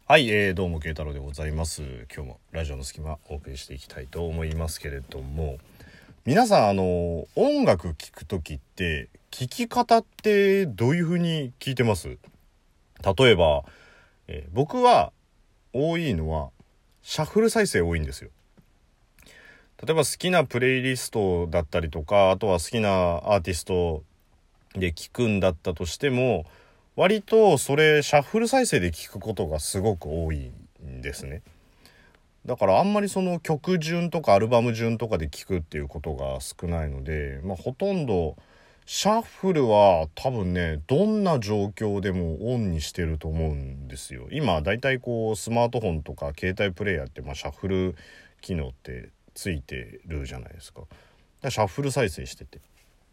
はい、どうも慶太郎でございます。今日もラジオの隙間お送りしていきたいと思いますけれども、皆さん音楽聴くときって聴き方ってどういう風に聴いてます？例えば、僕は多いのはシャッフル再生多いんですよ。例えば好きなプレイリストだったりとか、あとは好きなアーティストで聴くんだったとしても、割とそれシャッフル再生で聞くことがすごく多いんですね。だからあんまりその曲順とかアルバム順とかで聞くっていうことが少ないので、ほとんどシャッフルは多分ね、どんな状況でもオンにしてると思うんですよ。今だいたいこうスマートフォンとか携帯プレイヤーってシャッフル機能ってついてるじゃないですか。だからシャッフル再生してて、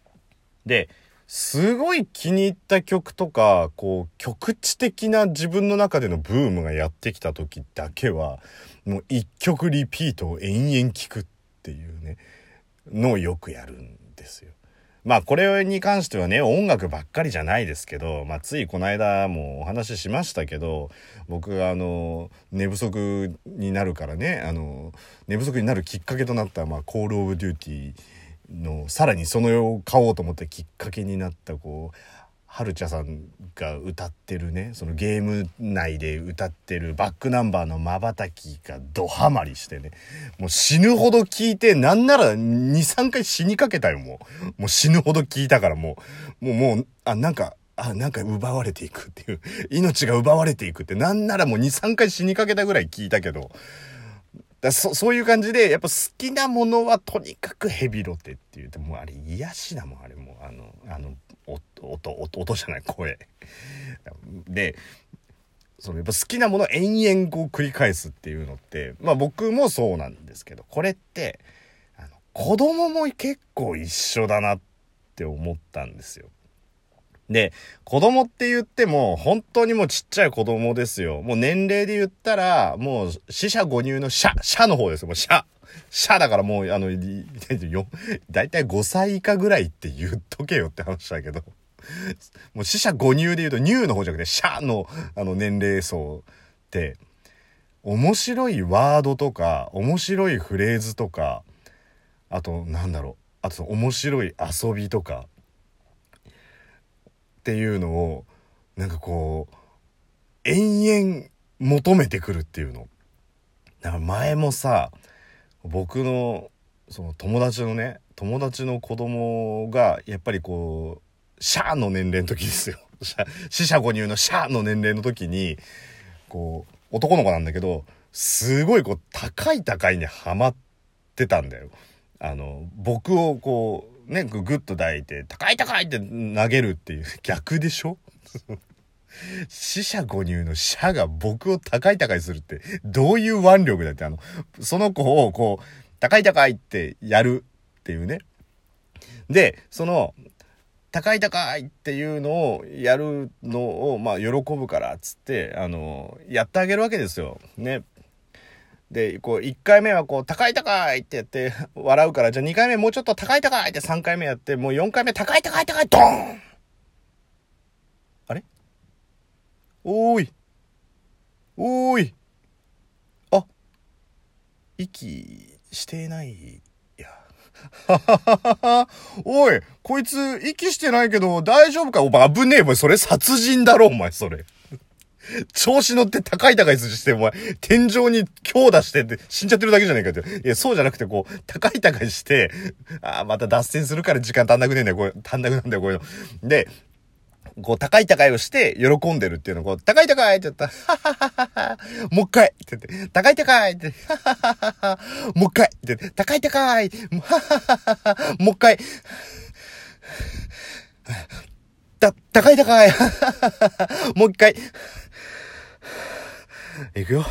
ですごい気に入った曲とかこう局地的な自分の中でのブームがやってきた時だけはもう一曲リピートを延々聞くっていうねのをよくやるんですよ。これに関してはね、音楽ばっかりじゃないですけど、ついこの間もお話ししましたけど、僕が寝不足になるからね、寝不足になるきっかけとなったコールオブデューティーのさらにその世を買おうと思ってきっかけになったはるちゃさんが歌ってるね、そのゲーム内で歌ってるバックナンバーの瞬きがドハマりしてね、もう死ぬほど聞いて、なんなら 2,3 回死にかけたよ。もう死ぬほど聞いたから、もうなんか奪われていくっていう、命が奪われていくって、なんならもう 2,3 回死にかけたぐらい聞いたけど、そういう感じで、やっぱ好きなものはとにかくヘビロテっていう、もうあれ癒しだもん。あれも音じゃない、声で、そのやっぱ好きなものを延々繰り返すっていうのって、僕もそうなんですけど、これって子供も結構一緒だなって思ったんですよ。で、子供って言っても本当にもうちっちゃい子供ですよ。もう年齢で言ったらもう四捨五入のシャの方ですよ。もうシャだから、もうだいたい5歳以下ぐらいって言っとけよって話だけど、もう四捨五入で言うと入の方じゃなくてシャの年齢層って面白いワードとか面白いフレーズとか、あとあと面白い遊びとかっていうのを延々求めてくるっていうの。だから前もさ、僕のその友達の子供がやっぱりシャーの年齢の時ですよ。四捨五入のシャーの年齢の時に男の子なんだけど、すごい高いにハマってたんだよ。僕をグッと抱いて高いって投げるっていう、逆でしょ。四捨五入の社が僕を高いするってどういう腕力だって、その子を高いってやるっていうね。で、その高いっていうのをやるのを喜ぶからっつってやってあげるわけですよね。で1回目は高いってやって笑うから、じゃあ2回目もうちょっと高いって3回目やって、もう4回目高いドーン。あれ、おーい、あ、息してないや。はははは。おい、こいつ息してないけど大丈夫か？お前危ねえ、お前それ殺人だろ、お前それ。調子乗って高いして、お前、天井に強打してって死んじゃってるだけじゃねえかって。いや、そうじゃなくて高いして、また脱線するから時間足んなくねえんだよ、足んなくなんだよ、こういうの。で、高いをして喜んでるっていうのを、高いって言ったら、ははははは、もう一回って言って、高いって、ははははは、もう一回って言って、高い、ははははは、もう一回、高い、はははは、もう一回、いくよ。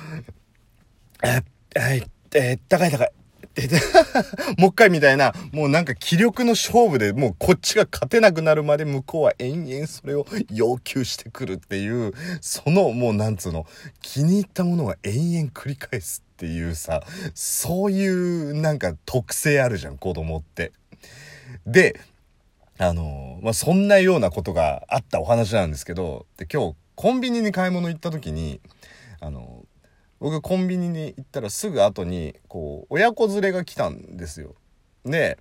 高い。もう一回みたいな、もう気力の勝負で、もうこっちが勝てなくなるまで向こうは延々それを要求してくるっていう、そのもう気に入ったものは延々繰り返すっていうさ、そういう特性あるじゃん、子供って。で、そんなようなことがあったお話なんですけど、で今日コンビニに買い物行った時に僕コンビニに行ったらすぐ後にこう親子連れが来たんですよ。で、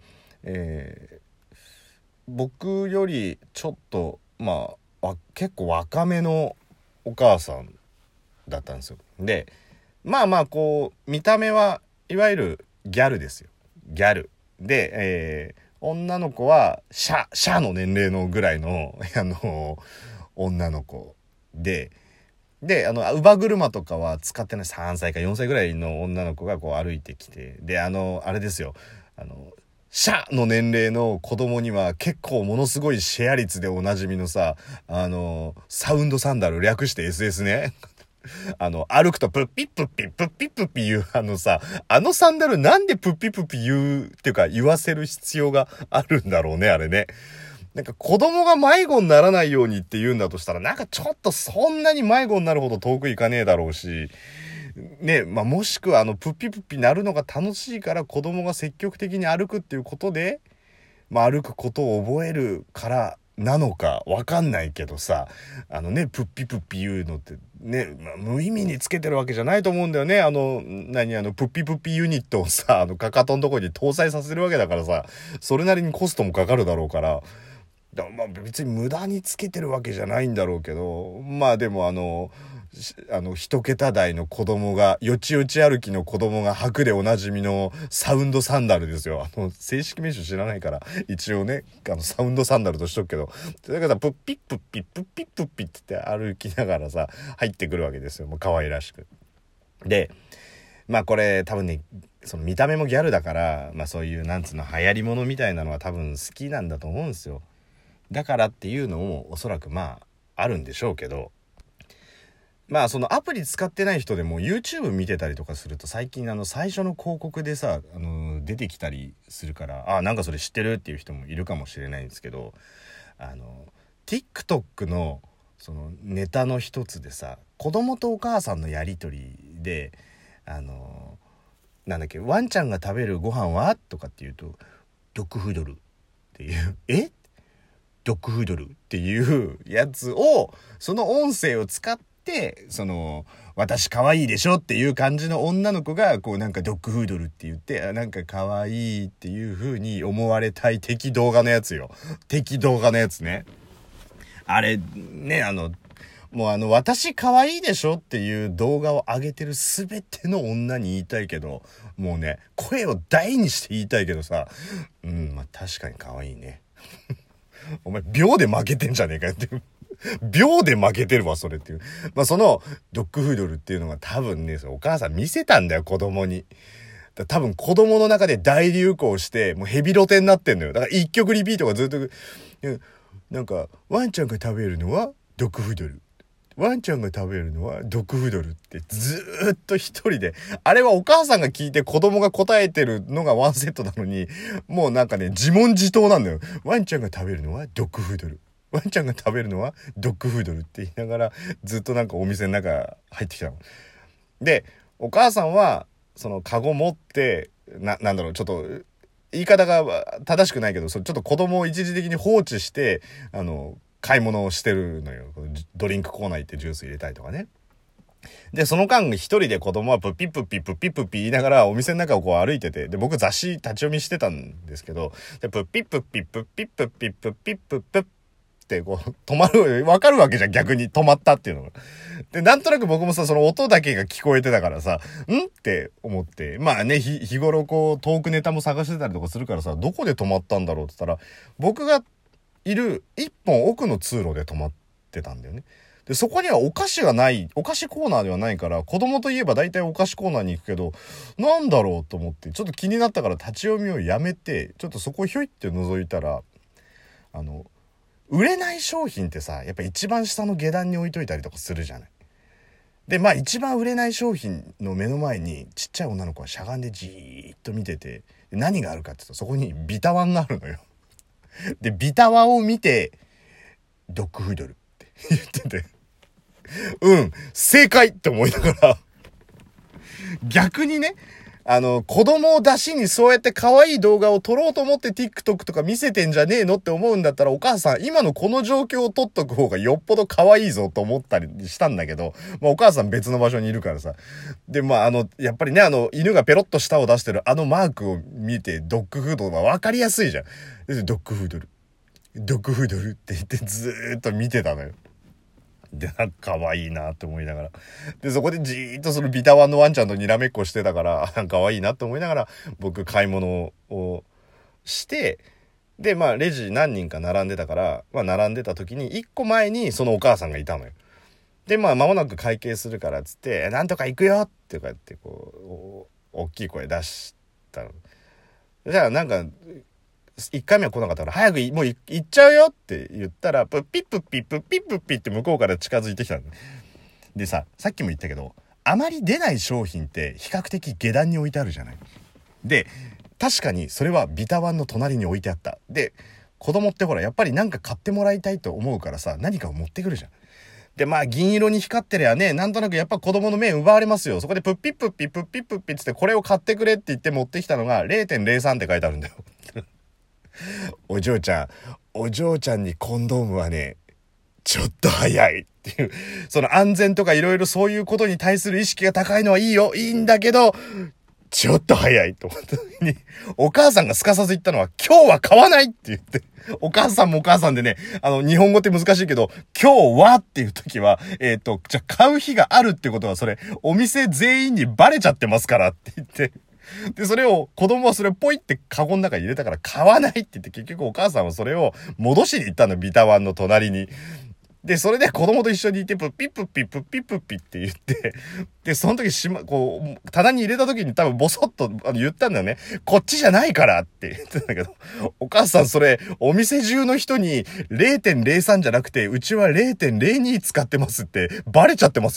僕よりちょっと結構若めのお母さんだったんですよ。でこう見た目はいわゆるギャルですよ。ギャルで、女の子はシャの年齢のぐらいの女の子で乳母車とかは使ってない3歳か4歳ぐらいの女の子がこう歩いてきて、であれですよ、シャの年齢の子供には結構ものすごいシェア率でおなじみのさ、サウンドサンダル、略して SS ね歩くとプッピップッピップッピップッピ言うサンダルなんでプッピップッピ言うっていうか言わせる必要があるんだろうね、あれね。なんか子供が迷子にならないようにって言うんだとしたら、なんかちょっとそんなに迷子になるほど遠く行かねえだろうしね、もしくはプッピプッピなるのが楽しいから子供が積極的に歩くっていうことで、歩くことを覚えるからなのかわかんないけどさ、プッピプッピ言うのってね、無意味につけてるわけじゃないと思うんだよね。プッピプッピユニットをさ、かかとのところに搭載させるわけだからさ、それなりにコストもかかるだろうから、別に無駄につけてるわけじゃないんだろうけど、でも一桁台の子供が、よちよち歩きの子供が履くでおなじみのサウンドサンダルですよ。正式名称知らないから一応ね、サウンドサンダルとしとくけど、だからプッピップッピップッピップッピッって歩きながらさ入ってくるわけですよ。もう可愛らしく。でこれ多分ね、その見た目もギャルだから、そういうなんつうの流行り物みたいなのは多分好きなんだと思うんですよ。だからっていうのもおそらくあるんでしょうけど、そのアプリ使ってない人でも YouTube 見てたりとかすると、最近最初の広告でさ出てきたりするから、なんかそれ知ってるっていう人もいるかもしれないんですけど、TikTok のそのネタの一つでさ、子供とお母さんのやりとりでなんだっけ、ワンちゃんが食べるご飯はとかって言うと、ドッグフードルっていうドッグフードルっていうやつを、その音声を使って、私可愛いでしょっていう感じの女の子がこうなんかドッグフードルって言って、なんか可愛いっていう風に思われたい敵動画のやつよ。敵動画のやつね。あれね、もう私可愛いでしょっていう動画を上げてる全ての女に言いたいけど、もうね、声を大にして言いたいけどさ、確かに可愛いね。お前秒で負けてんじゃねえかよっていう秒で負けてるわそれっていう、そのドッグフードルっていうのが多分ね、お母さん見せたんだよ、子供に。多分子供の中で大流行してもうヘビロテになってんのよ。だから一曲リピートがずっとなんか、ワンちゃんが食べるのはドッグフードル、ワンちゃんが食べるのはドッグフードルってずーっと一人で、あれはお母さんが聞いて子供が答えてるのがワンセットなのに、もうなんかね、自問自答なんだよ。ワンちゃんが食べるのはドッグフードル、ワンちゃんが食べるのはドッグフードルって言いながらずっとなんかお店の中入ってきたの。で、お母さんはそのカゴ持ってなんだろう、ちょっと言い方が正しくないけど、ちょっと子供を一時的に放置して買い物をしてるのよ。ドリンクコーナー行ってジュース入れたりとかね。でその間一人で子供はプッピップッピップッピップッピ言いながらお店の中をこう歩いてて、で僕雑誌立ち読みしてたんですけど、でプッピップッピップッピップッピップッピップップッってこう止まる、わかるわけじゃん、逆に止まったっていうのが。でなんとなく僕もさ、その音だけが聞こえてたからさ、って思って、日頃こうトークネタも探してたりとかするからさ、どこで止まったんだろうって言ったら、僕がいる一本奥の通路で止まってたんだよね。でそこにはお菓子がない、お菓子コーナーではないから、子供といえば大体お菓子コーナーに行くけど、なんだろうと思ってちょっと気になったから立ち読みをやめて、ちょっとそこをひょいって覗いたら、売れない商品ってさ、やっぱ一番下の下段に置いといたりとかするじゃない。で一番売れない商品の目の前にちっちゃい女の子はしゃがんでじーっと見てて、何があるかって言うと、そこにビタワンがあるのよ。でビタワンを見てドッグフードルって言ってて、正解って思いながら逆にね、 子供を出しにそうやって可愛い動画を撮ろうと思って TikTok とか見せてんじゃねえのって思うんだったら、お母さん、今のこの状況を撮っとく方がよっぽど可愛いぞと思ったりしたんだけど、まあお母さん別の場所にいるからさ。で、まあやっぱりね、犬がペロッと舌を出してるマークを見て、ドッグフードは分かりやすいじゃん。で、ドッグフードル。ドッグフードルって言ってずーっと見てたのよ。で、なんか可愛いなって思いながら。で、そこでじーっとそのビタワンのワンちゃんとにらめっこしてたから、可愛いなって思いながら、僕買い物をして、で、まあレジ何人か並んでたから、まあ並んでた時に、一個前にそのお母さんがいたのよ。で、まあ間もなく会計するからっつって、なんとか行くよってこうやってこう、大きい声出したの。じゃあなんか、1回目は来なかったから早くもう行っちゃうよって言ったら、プッピップッピップッピップッピって向こうから近づいてきたの。でさっきも言ったけど、あまり出ない商品って比較的下段に置いてあるじゃない。で確かにそれはビタワンの隣に置いてあった。で子供ってほらやっぱりなんか買ってもらいたいと思うからさ、何かを持ってくるじゃん。でまあ銀色に光ってりゃね、なんとなくやっぱ子供の目奪われますよ。そこでプッピップッピプッピップッピっつって、これを買ってくれって言って持ってきたのが 0.03 って書いてあるんだよ。お嬢ちゃんにコンドームはね、ちょっと早いっていう、その安全とかいろいろそういうことに対する意識が高いのはいいんだけど、ちょっと早いと思った時に、お母さんがすかさず言ったのは、今日は買わないって言って、お母さんもお母さんでね、日本語って難しいけど、今日はっていう時は、じゃあ買う日があるってことは、それ、お店全員にバレちゃってますからって言って、で、それを、子供はそれをポイってカゴの中に入れたから買わないって言って、結局お母さんはそれを戻しに行ったの、ビタワンの隣に。で、それで子供と一緒にいて、プッピップッピップッピップッピって言って、で、その時こう、棚に入れた時に多分ボソッと言ったんだよね。こっちじゃないからって言ってたんだけど、お母さんそれ、お店中の人に 0.03 じゃなくて、うちは 0.02 使ってますって、バレちゃってます